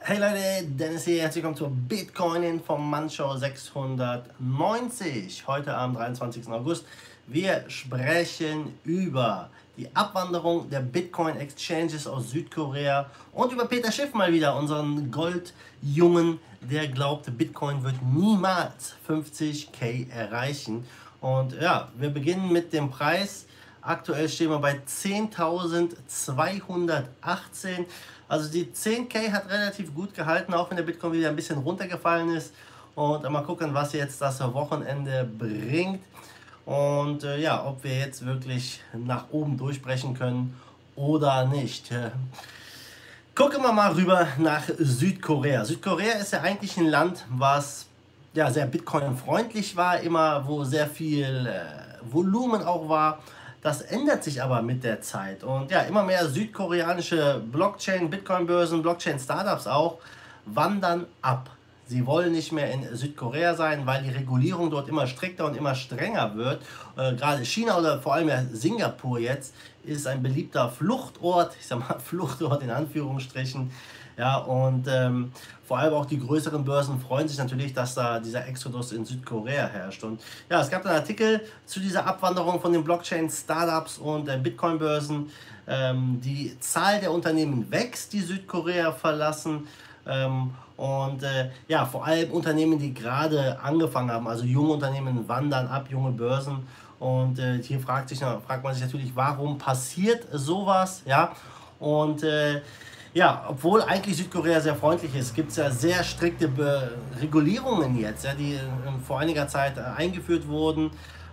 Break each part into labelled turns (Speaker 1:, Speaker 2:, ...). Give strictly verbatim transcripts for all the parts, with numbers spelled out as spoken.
Speaker 1: Hey Leute, Dennis hier, herzlich willkommen zur Bitcoin Informantschau sechshundertneunzig. Heute am dreiundzwanzigsten August. Wir sprechen über die Abwanderung der Bitcoin Exchanges aus Südkorea und über Peter Schiff mal wieder, unseren Goldjungen, der glaubt, Bitcoin wird niemals fünfzigtausend erreichen. Und ja, wir beginnen mit dem Preis. Aktuell stehen wir bei zehntausendzweihundertachtzehn. Also die zehntausend hat relativ gut gehalten, auch wenn der Bitcoin wieder ein bisschen runtergefallen ist. Und mal gucken, was jetzt das Wochenende bringt. Und äh, ja, ob wir jetzt wirklich nach oben durchbrechen können oder nicht. Gucken wir mal rüber nach Südkorea. Südkorea ist ja eigentlich ein Land, was ja sehr Bitcoin-freundlich war, immer wo sehr viel äh, Volumen auch war. Das ändert sich aber mit der Zeit und ja, immer mehr südkoreanische Blockchain, Bitcoin-Börsen, Blockchain-Startups auch wandern ab. Sie wollen nicht mehr in Südkorea sein, weil die Regulierung dort immer strikter und immer strenger wird. Äh, gerade China oder vor allem ja Singapur jetzt ist ein beliebter Fluchtort, ich sag mal Fluchtort in Anführungsstrichen. Ja, und ähm, vor allem auch die größeren Börsen freuen sich natürlich, dass da dieser Exodus in Südkorea herrscht. Und ja, es gab einen Artikel zu dieser Abwanderung von den Blockchain-Startups und äh, Bitcoin-Börsen. Ähm, die Zahl der Unternehmen wächst, die Südkorea verlassen. Ähm, und äh, ja, vor allem Unternehmen, die gerade angefangen haben, also junge Unternehmen wandern ab, junge Börsen. Und äh, hier fragt, sich, fragt man sich natürlich, warum passiert sowas? Ja, und äh, ja, obwohl eigentlich Südkorea sehr freundlich ist, gibt es ja sehr strikte Be Regulierungen jetzt, ja, die äh, vor einiger Zeit äh, eingeführt wurden.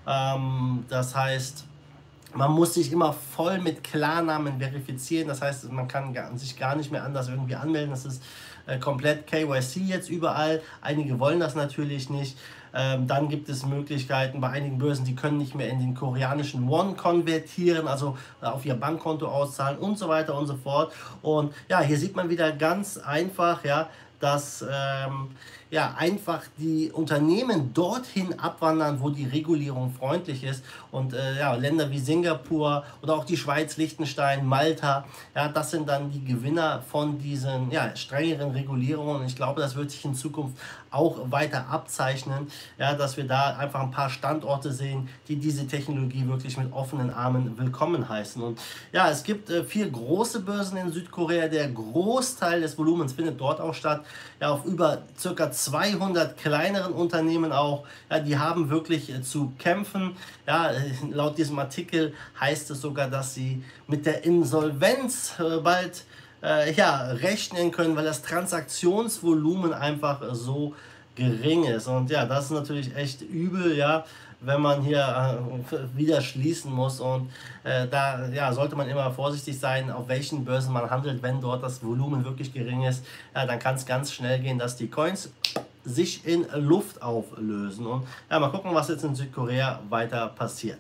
Speaker 1: Ähm, das heißt, man muss sich immer voll mit Klarnamen verifizieren. Das heißt, man kann gar, sich gar nicht mehr anders irgendwie anmelden. Das ist äh, komplett K Y C jetzt überall. Einige wollen das natürlich nicht. Ähm, dann gibt es Möglichkeiten bei einigen Börsen, die können nicht mehr in den koreanischen Won konvertieren, also äh, auf ihr Bankkonto auszahlen und so weiter und so fort. Und ja, hier sieht man wieder ganz einfach, ja, dass ähm, ja, einfach die Unternehmen dorthin abwandern, wo die Regulierung freundlich ist. Und äh, ja, Länder wie Singapur oder auch die Schweiz, Liechtenstein, Malta, ja, das sind dann die Gewinner von diesen ja, strengeren Regulierungen. Und ich glaube, das wird sich in Zukunft auch weiter abzeichnen, ja, dass wir da einfach ein paar Standorte sehen, die diese Technologie wirklich mit offenen Armen willkommen heißen. Und ja, es gibt äh, vier große Börsen in Südkorea. Der Großteil des Volumens findet dort auch statt. Ja, auf über ca. zweihundert kleineren Unternehmen auch. Ja, die haben wirklich äh, zu kämpfen. Ja, äh, laut diesem Artikel heißt es sogar, dass sie mit der Insolvenz äh, bald äh, ja, rechnen können, weil das Transaktionsvolumen einfach äh, so gering ist. Und ja, das ist natürlich echt übel, ja, wenn man hier äh, wieder schließen muss. Und äh, da ja, sollte man immer vorsichtig sein, auf welchen Börsen man handelt. Wenn dort das Volumen wirklich gering ist, ja, dann kann es ganz schnell gehen, dass die Coins sich in Luft auflösen. Und ja, mal gucken, was jetzt in Südkorea weiter passiert.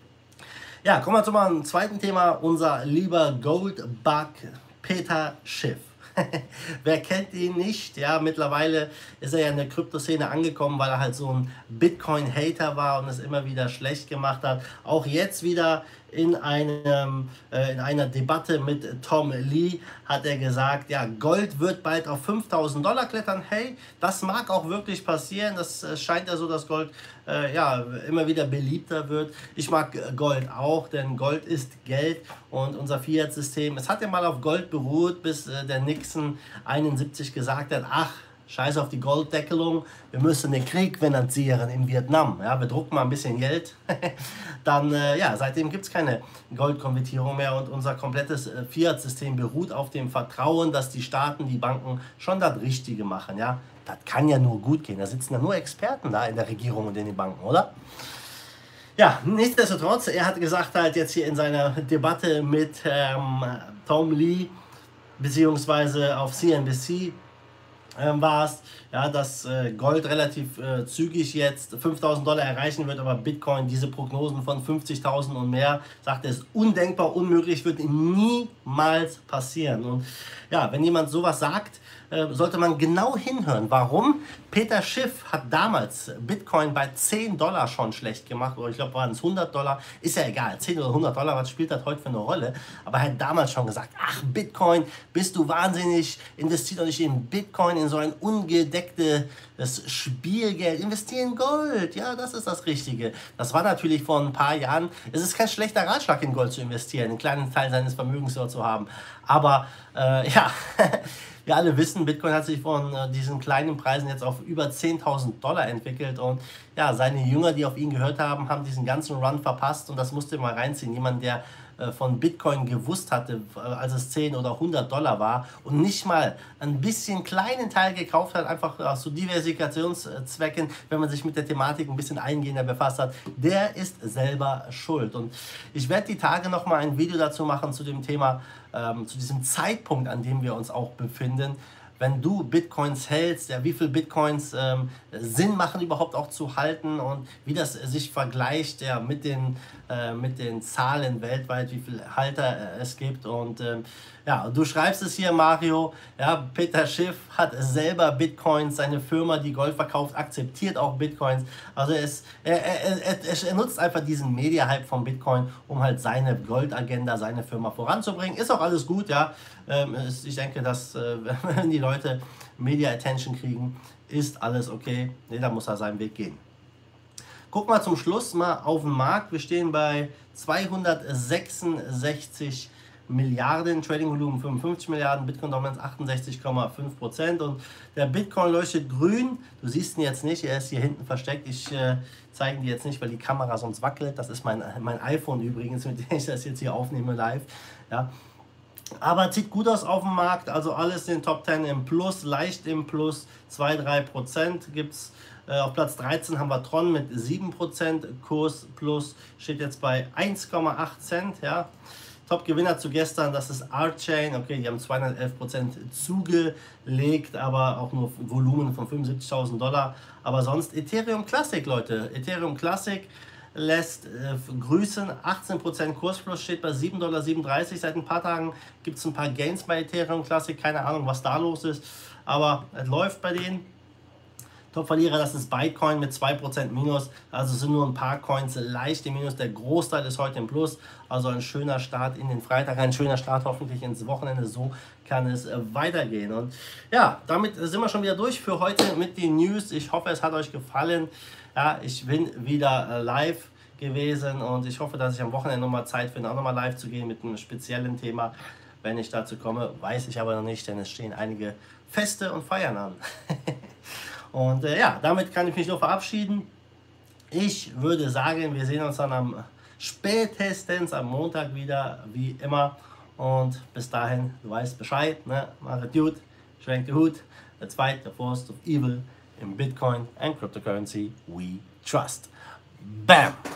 Speaker 1: Ja, kommen wir zu meinem zweiten Thema, unser lieber Goldbug Peter Schiff. Wer kennt ihn nicht? Ja, mittlerweile ist er ja in der Kryptoszene angekommen, weil er halt so ein Bitcoin-Hater war und es immer wieder schlecht gemacht hat. Auch jetzt wieder in, einem, äh, in einer Debatte mit Tom Lee hat er gesagt, ja, Gold wird bald auf fünftausend Dollar klettern. Hey, das mag auch wirklich passieren. Das äh, scheint ja so, dass Gold äh, ja, immer wieder beliebter wird. Ich mag Gold auch, denn Gold ist Geld und unser Fiat-System, es hat ja mal auf Gold beruht, bis äh, der Nixon einundsiebzig gesagt hat, ach, scheiß auf die Golddeckelung, wir müssen den Krieg finanzieren in Vietnam. Ja, wir drucken mal ein bisschen Geld. Dann, äh, ja, seitdem gibt es keine Goldkonvertierung mehr und unser komplettes äh, Fiat-System beruht auf dem Vertrauen, dass die Staaten, die Banken schon das Richtige machen. Ja, das kann ja nur gut gehen. Da sitzen ja nur Experten da in der Regierung und in den Banken, oder? Ja, nichtsdestotrotz, er hat gesagt halt jetzt hier in seiner Debatte mit ähm, Tom Lee, beziehungsweise auf C N B C, ähm, war es, ja, dass äh, Gold relativ äh, zügig jetzt fünftausend Dollar erreichen wird, aber Bitcoin, diese Prognosen von fünfzigtausend und mehr, sagt er, ist undenkbar, unmöglich, wird niemals passieren. Und ja, wenn jemand sowas sagt, äh, sollte man genau hinhören. Warum? Peter Schiff hat damals Bitcoin bei zehn Dollar schon schlecht gemacht, oder ich glaube, waren es hundert Dollar, ist ja egal, zehn oder hundert Dollar, was spielt das heute für eine Rolle? Aber er hat damals schon gesagt, ach Bitcoin, bist du wahnsinnig, investier doch nicht in Bitcoin, in so ein ungedecktes Spielgeld, investier in Gold, ja, das ist das Richtige. Das war natürlich vor ein paar Jahren, es ist kein schlechter Ratschlag, in Gold zu investieren, einen kleinen Teil seines Vermögens dort zu haben, aber äh, ja, wir alle wissen, Bitcoin hat sich von äh, diesen kleinen Preisen jetzt auf über zehntausend Dollar entwickelt und ja, seine Jünger, die auf ihn gehört haben, haben diesen ganzen Run verpasst und das musste mal reinziehen. Jemand, der äh, von Bitcoin gewusst hatte, äh, als es zehn oder hundert Dollar war und nicht mal ein bisschen kleinen Teil gekauft hat, einfach aus so Diversifikationszwecken, wenn man sich mit der Thematik ein bisschen eingehender befasst hat, der ist selber schuld. Und ich werde die Tage nochmal ein Video dazu machen zu dem Thema, ähm, zu diesem Zeitpunkt, an dem wir uns auch befinden. Wenn du Bitcoins hältst, ja, wie viel Bitcoins ähm, Sinn machen überhaupt auch zu halten und wie das äh, sich vergleicht ja, mit, den, äh, mit den Zahlen weltweit, wie viele Halter äh, es gibt. Und ähm, ja, du schreibst es hier, Mario, ja, Peter Schiff hat selber Bitcoins, seine Firma, die Gold verkauft, akzeptiert auch Bitcoins. Also es, er, er, er, er nutzt einfach diesen Media-Hype von Bitcoin, um halt seine Goldagenda, seine Firma voranzubringen. Ist auch alles gut, ja. Ähm, ist, ich denke, dass äh, wenn die Leute Media Attention kriegen, ist alles okay. Jeder muss da seinen Weg gehen. Guck mal zum Schluss mal auf den Markt. Wir stehen bei zweihundertsechsundsechzig Milliarden, Trading-Volumen fünfundfünfzig Milliarden, Bitcoin-Dominanz achtundsechzig Komma fünf Prozent und der Bitcoin leuchtet grün. Du siehst ihn jetzt nicht, er ist hier hinten versteckt. Ich äh, zeige ihn dir jetzt nicht, weil die Kamera sonst wackelt. Das ist mein, mein iPhone übrigens, mit dem ich das jetzt hier aufnehme live. Ja. Aber sieht gut aus auf dem Markt, also alles in den Top zehn im Plus, leicht im Plus, zwei bis drei Prozent gibt es. Äh, auf Platz dreizehn haben wir Tron mit sieben Prozent Kurs Plus, steht jetzt bei eins Komma acht Cent. Ja. Top-Gewinner zu gestern, das ist Archain, okay, die haben zweihundertelf Prozent zugelegt, aber auch nur Volumen von fünfundsiebzigtausend Dollar. Aber sonst Ethereum Classic, Leute, Ethereum Classic lässt äh, grüßen, achtzehn Prozent Kursplus, steht bei sieben Komma siebenunddreißig Dollar. Seit ein paar Tagen gibt es ein paar Gains bei Ethereum Classic, keine Ahnung, was da los ist, aber es läuft bei denen. Top-Verlierer, das ist Bitcoin mit zwei Prozent Minus, also sind nur ein paar Coins leicht im Minus, der Großteil ist heute im Plus, also ein schöner Start in den Freitag, ein schöner Start hoffentlich ins Wochenende, so kann es äh, weitergehen. Und ja, damit sind wir schon wieder durch für heute mit den News. Ich hoffe, es hat euch gefallen. Ja, ich bin wieder äh, live gewesen und ich hoffe, dass ich am Wochenende nochmal Zeit finde, auch nochmal live zu gehen mit einem speziellen Thema. Wenn ich dazu komme, weiß ich aber noch nicht, denn es stehen einige Feste und Feiern an. Und äh, ja, damit kann ich mich nur verabschieden. Ich würde sagen, wir sehen uns dann am spätestens am Montag wieder, wie immer. Und bis dahin, du weißt Bescheid, ne? Macht gut, schwenkt den Hut. Let's fight the force of evil in Bitcoin and cryptocurrency we trust. Bam!